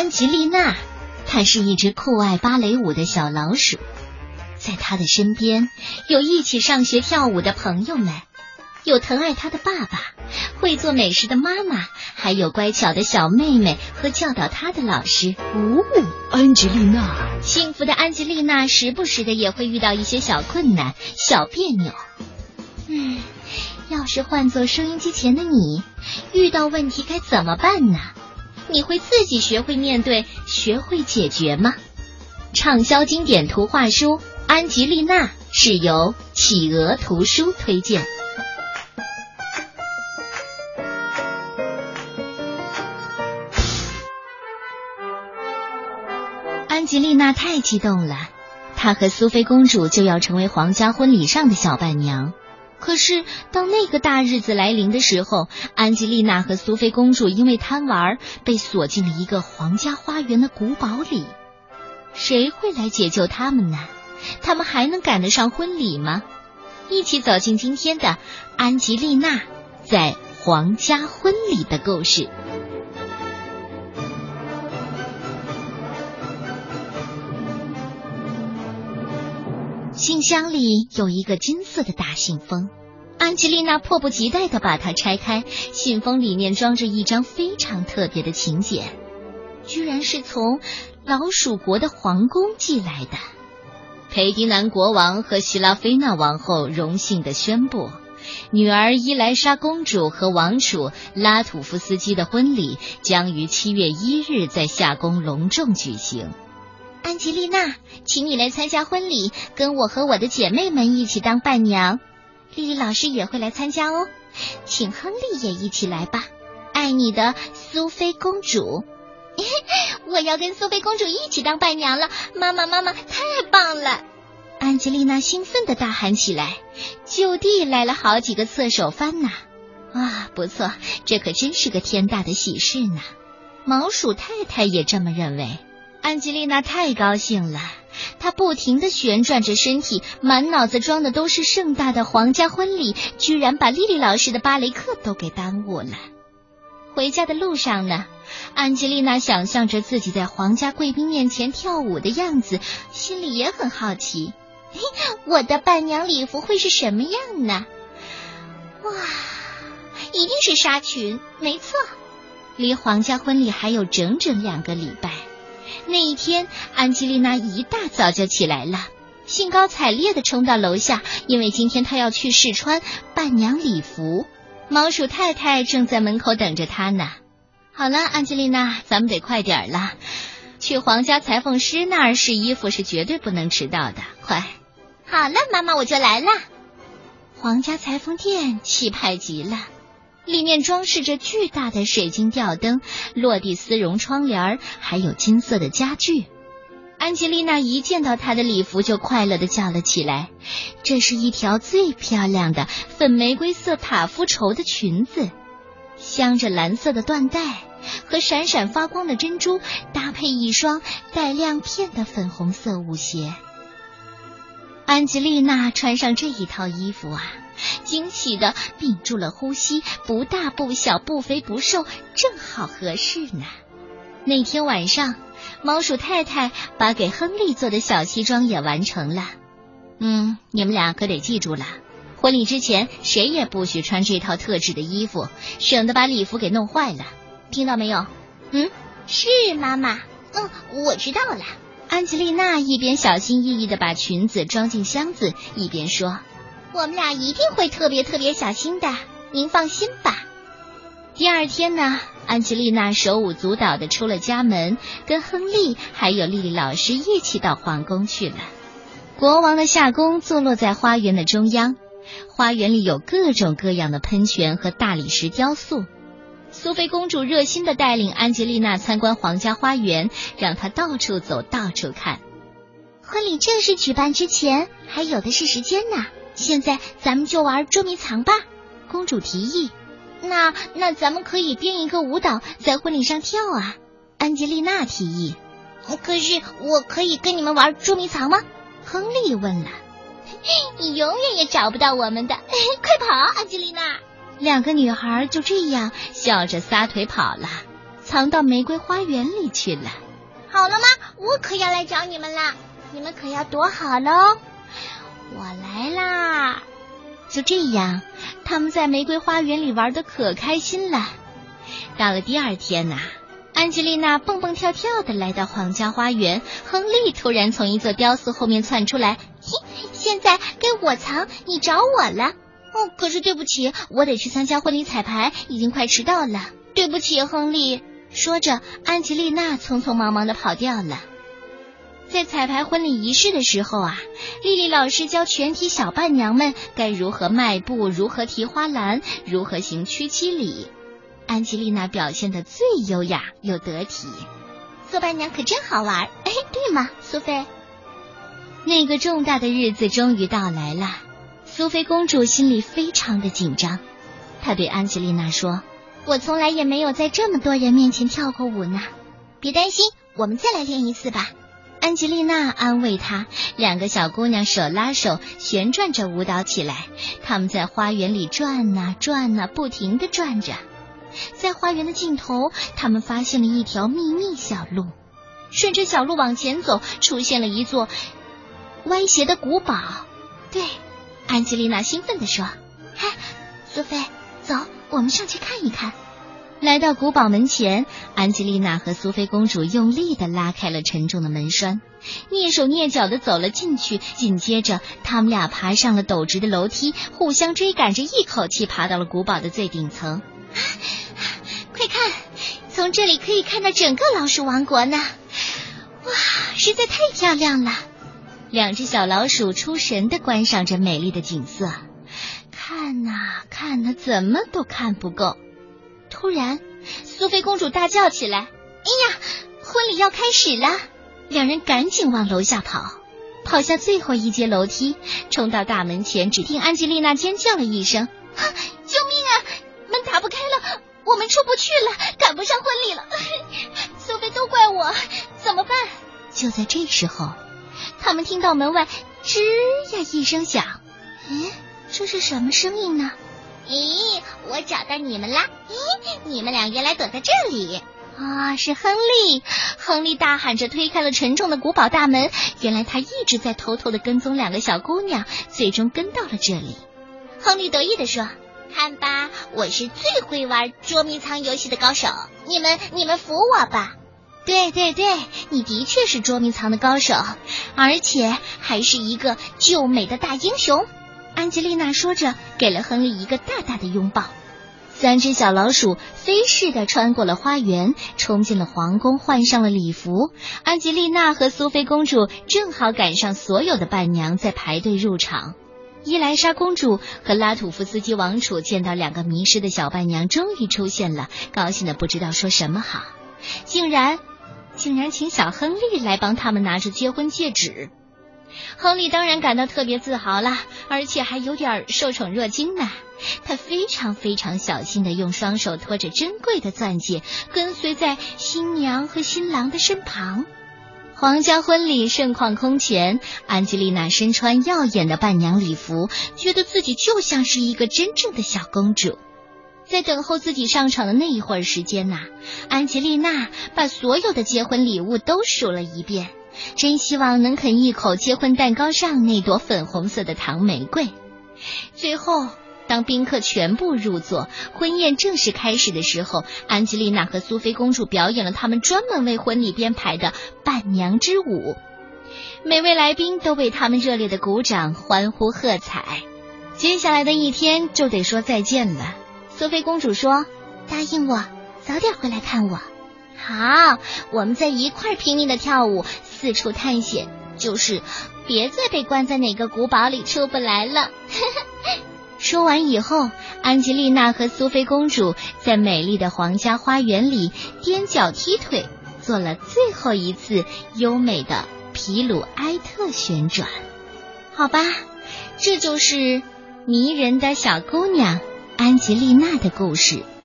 安吉丽娜，她是一只酷爱芭蕾舞的小老鼠，在她的身边有一起上学跳舞的朋友们，有疼爱她的爸爸，会做美食的妈妈，还有乖巧的小妹妹和教导她的老师。 安吉丽娜， 幸福的安吉丽娜时不时的也会遇到一些小困难、小别扭。要是换做收音机前的你，遇到问题该怎么办呢？你会自己学会面对，学会解决吗？畅销经典图画书《安吉丽娜》是由企鹅图书推荐。安吉丽娜太激动了，她和苏菲公主就要成为皇家婚礼上的小伴娘。可是当那个大日子来临的时候，安吉丽娜和苏菲公主因为贪玩被锁进了一个皇家花园的古堡里。谁会来解救他们呢？他们还能赶得上婚礼吗？一起走进今天的安吉丽娜在皇家婚礼的故事。信箱里有一个金色的大信封，安吉丽娜迫不及待地把它拆开，信封里面装着一张非常特别的请柬，居然是从老鼠国的皇宫寄来的。裴迪南国王和希拉菲娜王后荣幸地宣布，女儿伊莱莎公主和王储拉土夫斯基的婚礼将于7月1日在夏宫隆重举行。安吉丽娜，请你来参加婚礼，跟我和我的姐妹们一起当伴娘。丽丽老师也会来参加哦，请亨利也一起来吧。爱你的苏菲公主。我要跟苏菲公主一起当伴娘了，妈妈太棒了！安吉丽娜兴奋地大喊起来，就地来了好几个侧手翻呐。不错，这可真是个天大的喜事呢。毛鼠太太也这么认为。安吉丽娜太高兴了，她不停地旋转着身体，满脑子装的都是盛大的皇家婚礼，居然把莉莉老师的芭蕾课都给耽误了。回家的路上呢，安吉丽娜想象着自己在皇家贵宾面前跳舞的样子，心里也很好奇，我的伴娘礼服会是什么样呢？哇，一定是纱裙，没错。离皇家婚礼还有整整2个礼拜。那一天，安吉丽娜一大早就起来了，兴高采烈地冲到楼下，因为今天她要去试穿伴娘礼服。毛鼠太太正在门口等着她呢。好了，安吉丽娜，咱们得快点了，去皇家裁缝师那儿试衣服是绝对不能迟到的，快。好了，妈妈，我就来了。皇家裁缝店气派极了，里面装饰着巨大的水晶吊灯、落地丝绒窗帘，还有金色的家具。安吉丽娜一见到她的礼服就快乐地叫了起来，这是一条最漂亮的粉玫瑰色塔夫绸的裙子，镶着蓝色的缎带和闪闪发光的珍珠，搭配一双带亮片的粉红色舞鞋。安吉丽娜穿上这一套衣服惊喜地屏住了呼吸，不大不小，不肥不瘦，正好合适呢。那天晚上，毛鼠太太把给亨利做的小西装也完成了。你们俩可得记住了，婚礼之前谁也不许穿这套特制的衣服，省得把礼服给弄坏了，听到没有？是妈妈。我知道了。安吉丽娜一边小心翼翼地把裙子装进箱子，一边说，我们俩一定会特别小心的，您放心吧。第二天呢，安吉丽娜手舞足蹈地出了家门，跟亨利还有莉莉老师一起到皇宫去了。国王的夏宫坐落在花园的中央，花园里有各种各样的喷泉和大理石雕塑。苏菲公主热心地带领安吉丽娜参观皇家花园，让她到处走到处看。婚礼正式举办之前还有的是时间呢，现在咱们就玩捉迷藏吧，公主提议。那咱们可以编一个舞蹈在婚礼上跳啊，安吉丽娜提议。可是我可以跟你们玩捉迷藏吗？亨利问了。你永远也找不到我们的，快跑，安吉丽娜！2个女孩就这样笑着撒腿跑了。 藏到玫瑰花园里去了。 好了吗？我可要来找你们啦，你们可要躲好喽。我来啦！ 就这样，他们在玫瑰花园里玩得可开心了。到了第二天呐，安吉丽娜蹦蹦跳跳地来到皇家花园，亨利突然从一座雕塑后面窜出来， 现在该我藏，你找我了。 可是对不起，我得去参加婚礼彩排，已经快迟到了。 对不起，亨利。 说着，安吉丽娜匆匆忙忙地跑掉了。在彩排婚礼仪式的时候啊，莉莉老师教全体小伴娘们该如何迈步，如何提花篮，如何行屈膝礼。安吉丽娜表现得最优雅又得体。 做伴娘可真好玩，对吗，苏菲？ 那个重大的日子终于到来了，苏菲公主心里非常的紧张。她对安吉丽娜说：“ 我从来也没有在这么多人面前跳过舞呢，别担心，我们再来练一次吧。” 安吉丽娜安慰她，两个小姑娘手拉手旋转着舞蹈起来。她们在花园里转啊转啊，不停地转着。在花园的尽头，她们发现了一条秘密小路，顺着小路往前走，出现了一座歪斜的古堡。 对， 安吉丽娜兴奋地说：“ 嗨，苏菲，走，我们上去看一看。” 来到古堡门前，安吉丽娜和苏菲公主用力地拉开了沉重的门栓，蹑手蹑脚地走了进去。紧接着，他们俩爬上了陡直的楼梯，互相追赶着，一口气爬到了古堡的最顶层。 快看，从这里可以看到整个老鼠王国呢！哇，实在太漂亮了！ 两只小老鼠出神地观赏着美丽的景色，看啊看啊，怎么都看不够。突然，苏菲公主大叫起来：“哎呀，婚礼要开始了！” 两人赶紧往楼下跑下最后一阶楼梯，冲到大门前。只听安吉丽娜尖叫了一声：“ 救命啊！门打不开了，我们出不去了，赶不上婚礼了！苏菲，都怪我，怎么办？” 就在这时候，他们听到门外吱呀一声响。 这是什么声音呢？咦，我找到你们啦！你们俩原来躲在这里啊！是亨利！亨利大喊着推开了沉重的古堡大门。原来他一直在偷偷地跟踪两个小姑娘，最终跟到了这里。 亨利得意地说：“看吧，我是最会玩捉迷藏游戏的高手，你们服我吧。” 对，你的确是捉迷藏的高手，而且还是一个救美的大英雄。安吉丽娜说着，给了亨利一个大大的拥抱。三只小老鼠飞似的穿过了花园，冲进了皇宫，换上了礼服。安吉丽娜和苏菲公主正好赶上所有的伴娘在排队入场。伊莱莎公主和拉土夫斯基王储见到两个迷失的小伴娘终于出现了，高兴的不知道说什么好，竟然请小亨利来帮他们拿着结婚戒指。亨利当然感到特别自豪啦，而且还有点受宠若惊呢。他非常非常小心地用双手托着珍贵的钻戒，跟随在新娘和新郎的身旁。皇家婚礼盛况空前，安吉丽娜身穿耀眼的伴娘礼服，觉得自己就像是一个真正的小公主。在等候自己上场的那一会儿时间呐，安吉丽娜把所有的结婚礼物都数了一遍，真希望能啃一口结婚蛋糕上那朵粉红色的糖玫瑰。最后，当宾客全部入座，婚宴正式开始的时候，安吉丽娜和苏菲公主表演了他们专门为婚礼编排的伴娘之舞。每位来宾都为他们热烈的鼓掌欢呼喝彩。接下来的一天就得说再见了。苏菲公主说：“ 答应我，早点回来看我。” 好，我们在一块拼命的跳舞，四处探险，就是别再被关在哪个古堡里出不来了。说完以后，安吉丽娜和苏菲公主在美丽的皇家花园里踮脚踢腿，做了最后一次优美的皮鲁埃特旋转。好吧，这就是迷人的小姑娘安吉丽娜的故事。